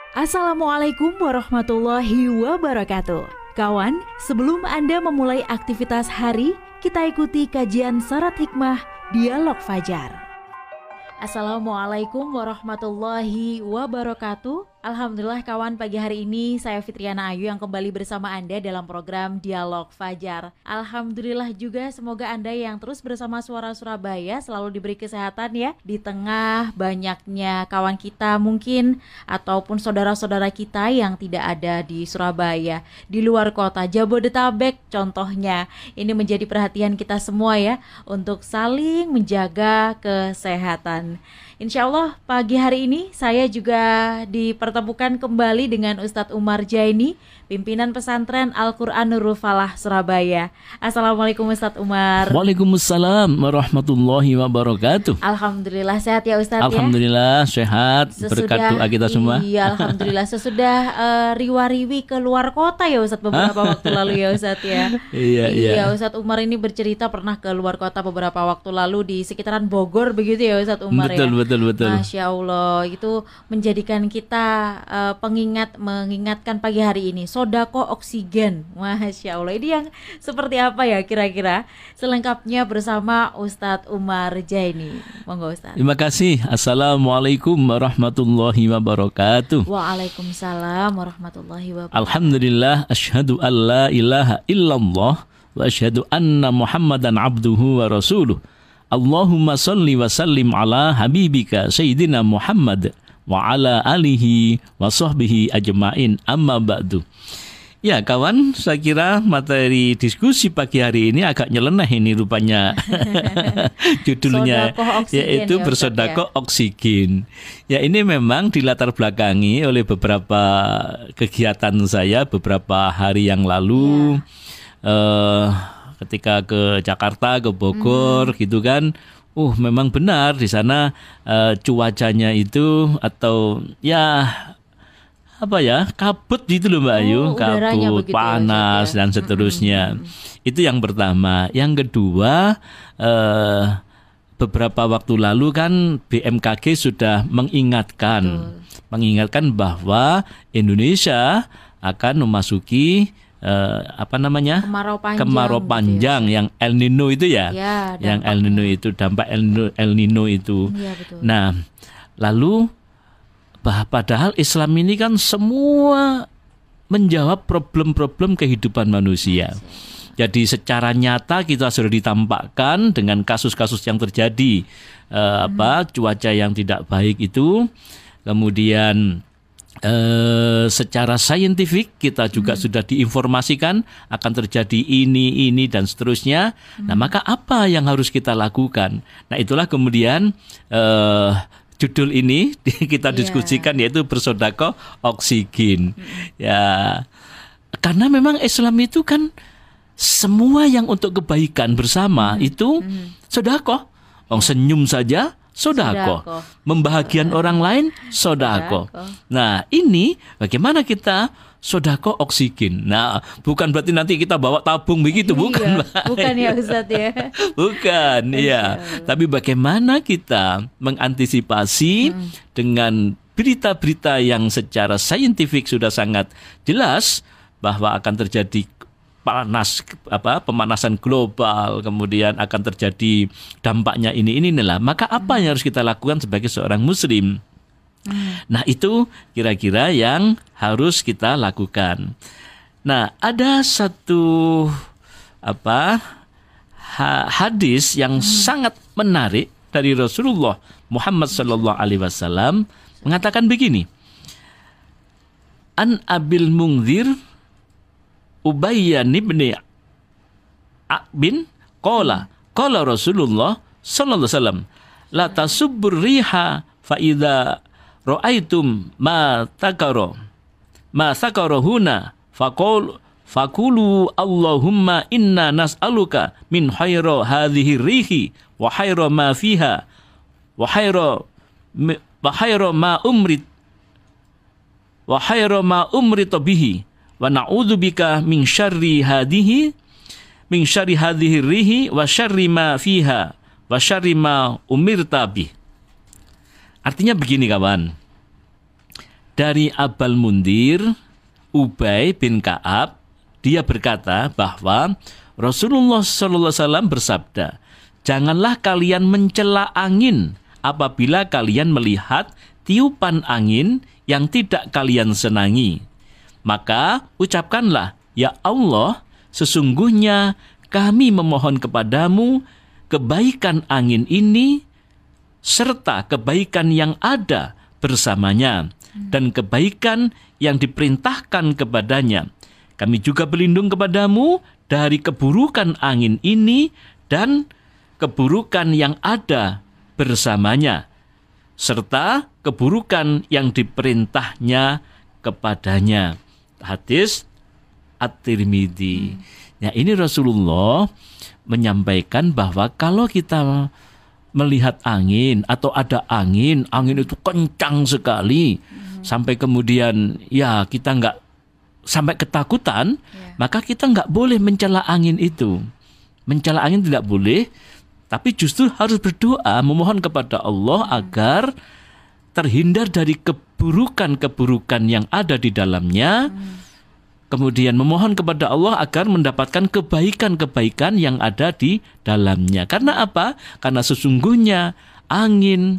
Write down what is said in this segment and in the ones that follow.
Assalamualaikum warahmatullahi wabarakatuh. Kawan, sebelum Anda memulai aktivitas hari, kita ikuti kajian Syarat Hikmah Dialog Fajar. Assalamualaikum warahmatullahi wabarakatuh. Alhamdulillah kawan, pagi hari ini saya Fitriana Ayu yang kembali bersama Anda dalam program Dialog Fajar. Alhamdulillah juga semoga Anda yang terus bersama Suara Surabaya selalu diberi kesehatan ya. Di tengah banyaknya kawan kita mungkin ataupun saudara-saudara kita yang tidak ada di Surabaya, di luar kota Jabodetabek contohnya. Ini menjadi perhatian kita semua ya untuk saling menjaga kesehatan. Insya Allah pagi hari ini saya juga dipertemukan kembali dengan Ustadz Umar Jaini, pimpinan pesantren Al-Quran Nurul Falah Surabaya. Assalamualaikum Ustadz Umar. Waalaikumsalam warahmatullahi wabarakatuh. Alhamdulillah sehat ya Ustadz. Alhamdulillah sehat, berkat doa kita semua. Iya Alhamdulillah sesudah riwa-riwi ke luar kota ya Ustadz beberapa waktu lalu ya Ustadz ya. Iya Ustadz Umar ini bercerita pernah ke luar kota beberapa waktu lalu di sekitaran Bogor begitu ya Ustadz Umar. Betul. Masya Allah, itu menjadikan kita mengingatkan pagi hari ini sodako oksigen. Masya Allah, ini yang seperti apa ya kira-kira? Selengkapnya bersama Ustadz Umar Jaini. Monggo Ustadz. Terima kasih. Assalamualaikum warahmatullahi wabarakatuh. Waalaikumsalam warahmatullahi wabarakatuh. Alhamdulillah, asyhadu an la ilaha illallah wa asyhadu anna Muhammadan abduhu wa rasuluh. Allahumma salli wa sallim ala habibika Sayyidina Muhammad wa ala alihi wa sahbihi ajma'in, amma ba'du. Ya kawan, saya kira materi diskusi pagi hari ini agak nyeleneh ini rupanya. Judulnya yaitu bersedekah oksigen. Ya ini memang dilatar belakangi oleh beberapa kegiatan saya beberapa hari yang lalu. Ketika ke Jakarta, ke Bogor gitu kan. Memang benar di sana cuacanya itu atau kabut gitu loh Mbak Ayu, kabut, panas dan seterusnya. Itu yang pertama. Yang kedua, beberapa waktu lalu kan BMKG sudah mengingatkan bahwa Indonesia akan memasuki kemarau panjang gitu ya. Yang El Nino itu yang El Nino itu dampak El Nino itu. Nah, lalu padahal Islam ini kan semua menjawab problem-problem kehidupan manusia. Jadi secara nyata kita sudah ditampakkan dengan kasus-kasus yang terjadi, cuaca yang tidak baik itu, kemudian secara saintifik kita juga sudah diinformasikan akan terjadi ini dan seterusnya. Nah, maka apa yang harus kita lakukan? Nah, itulah kemudian judul ini kita diskusikan, yaitu bersedekah oksigen. Ya, karena memang Islam itu kan semua yang untuk kebaikan bersama itu sedekah. Senyum saja sodako, membahagiakan orang lain sodako. Nah ini bagaimana kita sodako oksigen. Nah bukan berarti nanti kita bawa tabung begitu, bukan. Bukan ya Ustadz ya. Bukan ya. Tapi bagaimana kita mengantisipasi dengan berita-berita yang secara saintifik sudah sangat jelas bahwa akan terjadi pemanasan global, kemudian akan terjadi dampaknya inilah. Maka apa yang harus kita lakukan sebagai seorang muslim? Nah, itu kira-kira yang harus kita lakukan. Nah, ada satu hadis yang sangat menarik dari Rasulullah Muhammad sallallahu alaihi wasallam mengatakan begini. An Abil Mungzir Ubayyan ibn bin qala Rasulullah sallallahu alaihi wasallam la tasubbur riha fa idza ra'aitum ma sakara huna faqulu Allahumma inna nas'aluka min khayra hadhihi rihi wa khayra ma fiha wa khayra ma umrit bihi wa na'udzubika min syarri hadhihi rihi wa syarri ma fiha wa syarri ma umirta bih. Artinya begini kawan. dari Abal Mundir, Ubay bin Ka'ab, dia berkata bahwa Rasulullah SAW bersabda, janganlah kalian mencela angin apabila kalian melihat tiupan angin yang tidak kalian senangi. Maka ucapkanlah, ya Allah, sesungguhnya kami memohon kepadamu kebaikan angin ini serta kebaikan yang ada bersamanya dan kebaikan yang diperintahkan kepadanya. Kami juga berlindung kepadamu dari keburukan angin ini dan keburukan yang ada bersamanya, serta keburukan yang diperintahnya kepadanya. Hadis At-Tirmidzi. Nah, ini Rasulullah menyampaikan bahwa kalau kita melihat angin atau ada angin itu kencang sekali, sampai kemudian ya kita nggak sampai ketakutan, maka kita nggak boleh mencela angin itu. Mencela angin tidak boleh, tapi justru harus berdoa, memohon kepada Allah agar terhindar dari keburukan-keburukan yang ada di dalamnya. Kemudian memohon kepada Allah agar mendapatkan kebaikan-kebaikan yang ada di dalamnya. Karena apa? Karena sesungguhnya angin,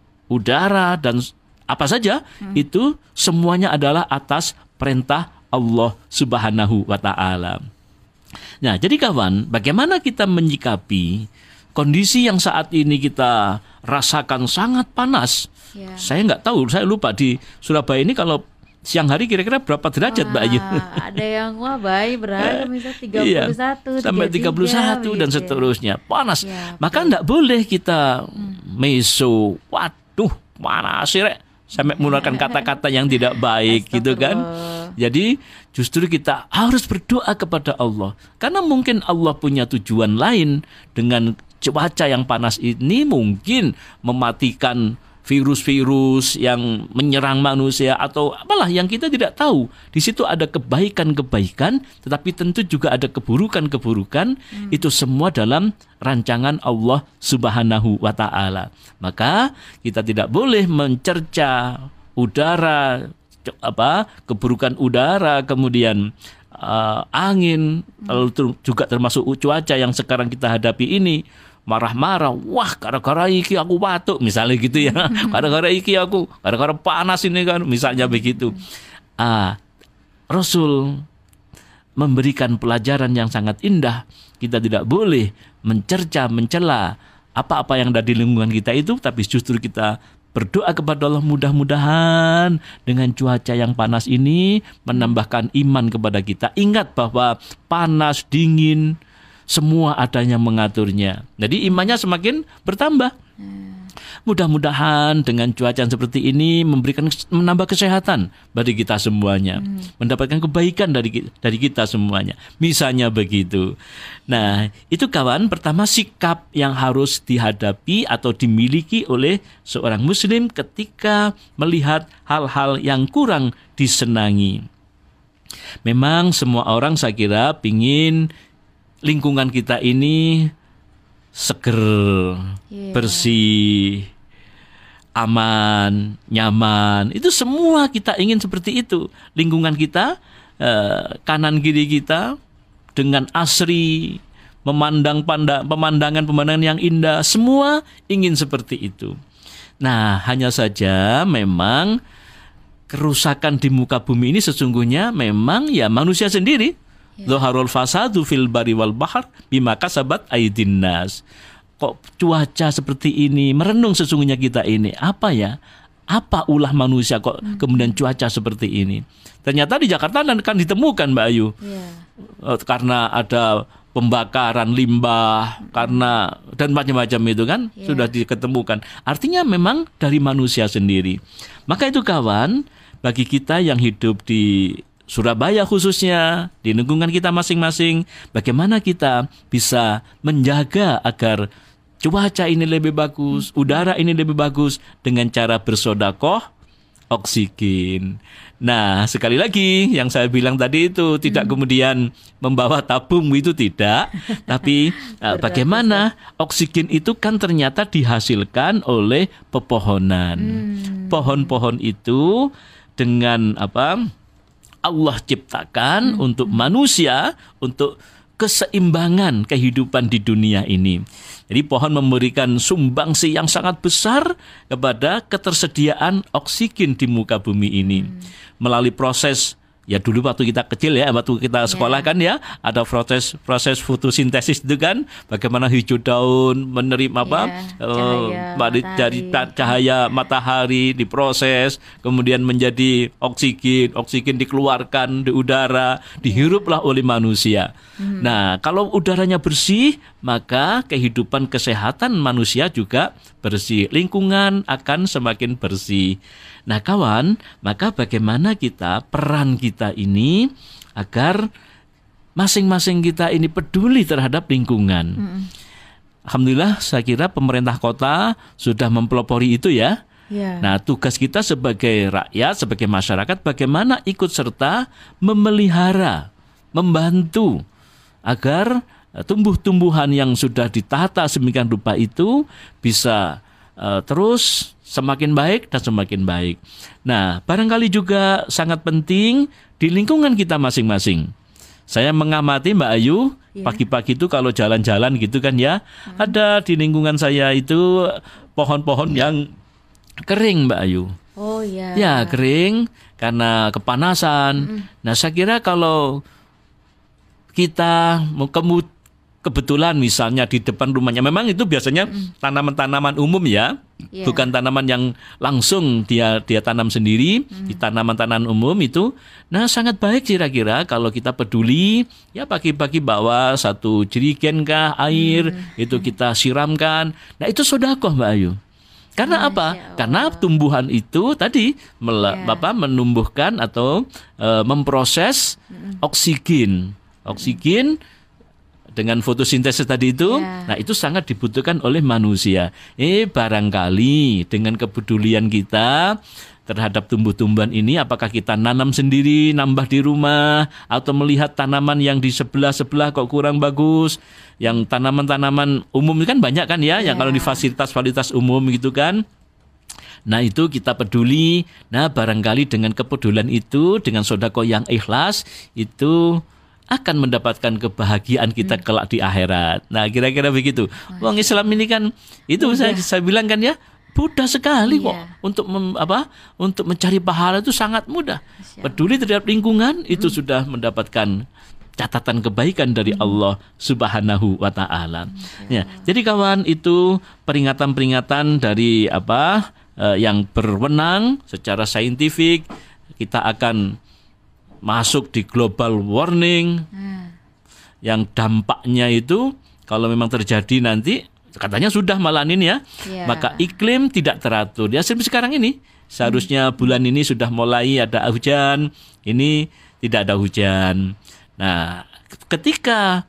udara, dan apa saja itu semuanya adalah atas perintah Allah Subhanahu wa Ta'ala. Nah, jadi kawan, bagaimana kita menyikapi kondisi yang saat ini kita rasakan sangat panas? Saya nggak tahu, saya lupa di Surabaya ini kalau siang hari kira-kira berapa derajat, Mbak Ayu? Ada yang beragam, misalnya 31, sampai 31 dan seterusnya, panas. Maka nggak boleh kita meso, waduh panas sih, sampai menggunakan kata-kata yang tidak baik gitu kan. Jadi justru kita harus berdoa kepada Allah, karena mungkin Allah punya tujuan lain dengan cuaca yang panas ini, mungkin mematikan virus-virus yang menyerang manusia atau apalah yang kita tidak tahu. Di situ ada kebaikan-kebaikan, tetapi tentu juga ada keburukan-keburukan. Itu semua dalam rancangan Allah Subhanahu wa Ta'ala. Maka kita tidak boleh mencerca udara, keburukan udara, kemudian angin, lalu juga termasuk cuaca yang sekarang kita hadapi ini. Marah-marah, wah gara-gara iki aku batuk, misalnya gitu ya. Gara-gara iki aku, gara-gara panas ini kan, misalnya begitu. Rasul memberikan pelajaran yang sangat indah. Kita tidak boleh mencerca, mencela apa-apa yang ada di lingkungan kita itu, tapi justru kita berdoa kepada Allah, mudah-mudahan dengan cuaca yang panas ini menambahkan iman kepada kita. Ingat bahwa panas, dingin, semua adanya mengaturnya. Jadi imannya semakin bertambah. Mudah-mudahan dengan cuaca yang seperti ini menambah kesehatan bagi kita semuanya, mendapatkan kebaikan dari kita semuanya. Misalnya begitu. Nah, itu kawan, pertama sikap yang harus dihadapi atau dimiliki oleh seorang muslim ketika melihat hal-hal yang kurang disenangi. Memang semua orang saya kira pingin lingkungan kita ini seger, bersih, aman, nyaman. Itu semua kita ingin seperti itu. Lingkungan kita, kanan kiri kita dengan asri, pemandangan yang indah, semua ingin seperti itu. Nah, hanya saja memang kerusakan di muka bumi ini sesungguhnya memang ya manusia sendiri. Zaharul fasadu fil bari wal bahr bima kasabat aydin nas. Kok cuaca seperti ini, merenung sesungguhnya kita ini. Apa ya? Apa ulah manusia kok kemudian cuaca seperti ini? Ternyata di Jakarta kan ditemukan, Mbak Ayu. Karena ada pembakaran limbah, karena dan macam-macam itu kan sudah diketemukan. Artinya memang dari manusia sendiri. Maka itu kawan, bagi kita yang hidup di Surabaya khususnya, di lingkungan kita masing-masing, bagaimana kita bisa menjaga agar cuaca ini lebih bagus, udara ini lebih bagus dengan cara bersedekah oksigen. Nah, sekali lagi yang saya bilang tadi itu tidak kemudian membawa tabung, itu tidak, tapi bagaimana oksigen itu kan ternyata dihasilkan oleh pepohonan. Pohon-pohon itu dengan Allah ciptakan untuk manusia, untuk keseimbangan kehidupan di dunia ini. Jadi pohon memberikan sumbangsi yang sangat besar kepada ketersediaan oksigen di muka bumi ini. Melalui proses, ya dulu waktu kita kecil ya, waktu kita sekolah kan ya, ada proses fotosintesis itu kan, bagaimana hijau daun menerima dari cahaya matahari diproses, kemudian menjadi oksigen dikeluarkan di udara, dihiruplah oleh manusia. Nah, kalau udaranya bersih, maka kehidupan kesehatan manusia juga bersih, lingkungan akan semakin bersih. Nah kawan, maka bagaimana peran kita ini agar masing-masing kita ini peduli terhadap lingkungan. Alhamdulillah saya kira pemerintah kota sudah mempelopori itu ya. Nah tugas kita sebagai rakyat, sebagai masyarakat bagaimana ikut serta memelihara, membantu agar tumbuh-tumbuhan yang sudah ditata sedemikian rupa itu bisa terus semakin baik dan semakin baik. Nah, barangkali juga sangat penting di lingkungan kita masing-masing. Saya mengamati Mbak Ayu, pagi-pagi itu kalau jalan-jalan gitu kan ya, ada di lingkungan saya itu pohon-pohon yang kering Mbak Ayu. Oh iya. Ya, kering karena kepanasan. Nah, saya kira kalau kita kebetulan misalnya di depan rumahnya, memang itu biasanya tanaman-tanaman umum ya, bukan tanaman yang langsung dia tanam sendiri, di tanaman-tanaman umum itu. Nah sangat baik kira-kira kalau kita peduli, ya pagi-pagi bawa satu jerigen kah air, itu kita siramkan. Nah itu sedekah Mbak Ayu. Karena apa? Karena tumbuhan itu tadi menumbuhkan atau memproses oksigen dengan fotosintesis tadi itu, nah itu sangat dibutuhkan oleh manusia. Barangkali dengan kepedulian kita terhadap tumbuh-tumbuhan ini, apakah kita nanam sendiri, nambah di rumah, atau melihat tanaman yang di sebelah-sebelah kok kurang bagus, yang tanaman-tanaman umum kan banyak kan ya, yang kalau di fasilitas umum gitu kan. Nah itu kita peduli, nah barangkali dengan kepedulian itu, dengan sedekah yang ikhlas, itu akan mendapatkan kebahagiaan kita kelak di akhirat. Nah kira-kira begitu. Wong Islam ini kan itu saya bilang kan ya, mudah sekali kok untuk untuk mencari pahala itu sangat mudah. Peduli terhadap lingkungan itu sudah mendapatkan catatan kebaikan dari Allah Subhanahu wa taala. Ya, jadi kawan, itu peringatan-peringatan dari yang berwenang secara saintifik. Kita akan masuk di global warming yang dampaknya itu kalau memang terjadi nanti katanya sudah malah ini ya, maka iklim tidak teratur. Ya sekarang ini seharusnya bulan ini sudah mulai ada hujan, ini tidak ada hujan. Nah ketika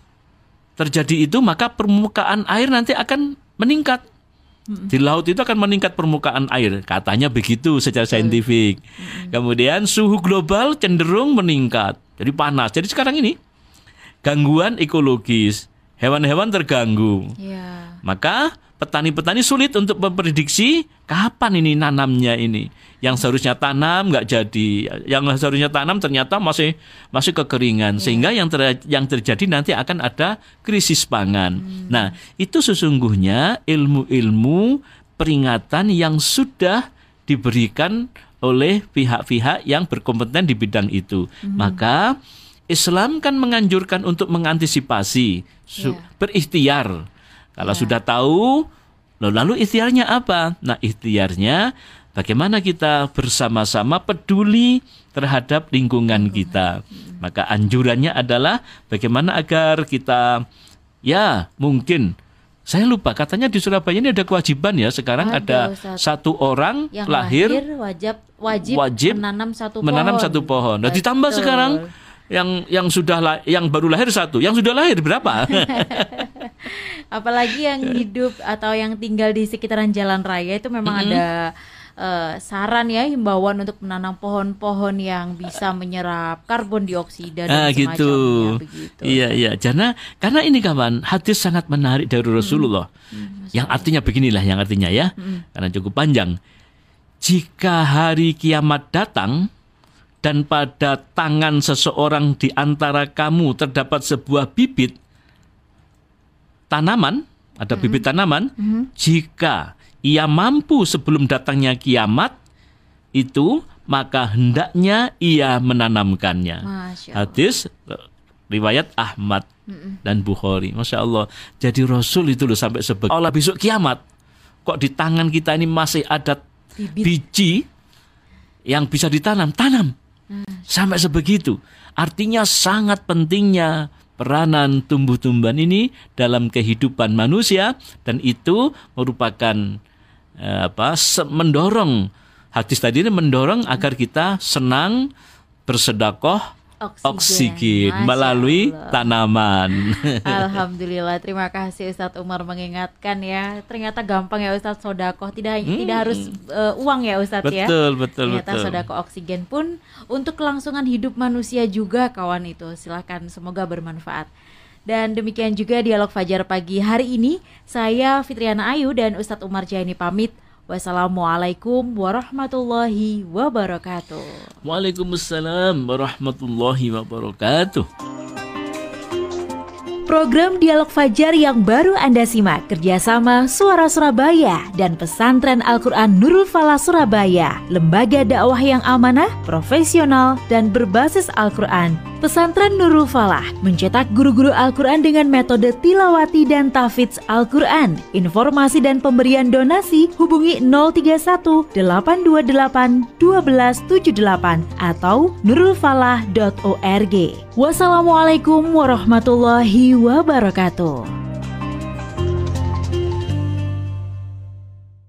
terjadi itu maka permukaan air nanti akan meningkat. Di laut itu akan meningkat permukaan air, katanya begitu secara saintifik. Kemudian suhu global cenderung meningkat, jadi panas. Jadi sekarang ini gangguan ekologis, hewan-hewan terganggu. Maka petani-petani sulit untuk memprediksi kapan ini nanamnya ini. Yang seharusnya tanam nggak jadi, yang seharusnya tanam ternyata masih kekeringan, sehingga yang terjadi nanti akan ada krisis pangan. Nah, itu sesungguhnya ilmu-ilmu peringatan yang sudah diberikan oleh pihak-pihak yang berkompeten di bidang itu. Maka Islam kan menganjurkan untuk mengantisipasi, berikhtiar. Kalau sudah tahu, lalu ikhtiarnya apa? Nah, ikhtiarnya bagaimana kita bersama-sama peduli terhadap lingkungan kita. Maka anjurannya adalah bagaimana agar kita, ya mungkin, saya lupa katanya di Surabaya ini ada kewajiban ya, sekarang ada satu orang yang lahir wajib menanam satu pohon. Nah ditambah sekarang yang baru lahir satu, yang sudah lahir berapa? Apalagi yang hidup atau yang tinggal di sekitaran jalan raya itu memang ada saran ya, himbauan untuk menanam pohon-pohon yang bisa menyerap karbon dioksida dan semacamnya begitu. Iya. Karena ini kawan, hadis sangat menarik dari Rasulullah. Yang artinya beginilah, yang artinya ya, karena cukup panjang. jika hari kiamat datang dan pada tangan seseorang di antara kamu terdapat sebuah bibit tanaman, ada bibit tanaman, jika ia mampu sebelum datangnya kiamat itu, maka hendaknya ia menanamkannya. Hadis riwayat Ahmad dan Bukhari. Masya Allah. Jadi Rasul itu loh sampai Allah besok kiamat, kok di tangan kita ini masih ada biji yang bisa tanam. Sampai sebegitu. Artinya sangat pentingnya peranan tumbuh-tumbuhan ini dalam kehidupan manusia, dan itu merupakan mendorong, hadis tadi ini mendorong agar kita senang bersedekah oksigen melalui tanaman. Alhamdulillah, terima kasih Ustadz Umar mengingatkan ya. Ternyata gampang ya Ustadz sodakoh, tidak harus uang ya Ustadz ya. Betul. Ternyata sodakoh oksigen pun untuk kelangsungan hidup manusia juga kawan itu. Silakan, semoga bermanfaat. Dan demikian juga Dialog Fajar pagi hari ini. Saya Fitriana Ayu dan Ustadz Umar Jaini pamit. Wassalamualaikum warahmatullahi wabarakatuh. Waalaikumsalam warahmatullahi wabarakatuh. Program Dialog Fajar yang baru Anda simak kerjasama Suara Surabaya dan Pesantren Al-Quran Nurul Falah Surabaya, lembaga dakwah yang amanah, profesional, dan berbasis Al-Quran. Pesantren Nurul Falah mencetak guru-guru Al-Quran dengan metode tilawati dan tahfidz Al-Quran. Informasi dan pemberian donasi hubungi 031 828 1278 atau nurulfalah.org. Wassalamualaikum warahmatullahi wabarakatuh.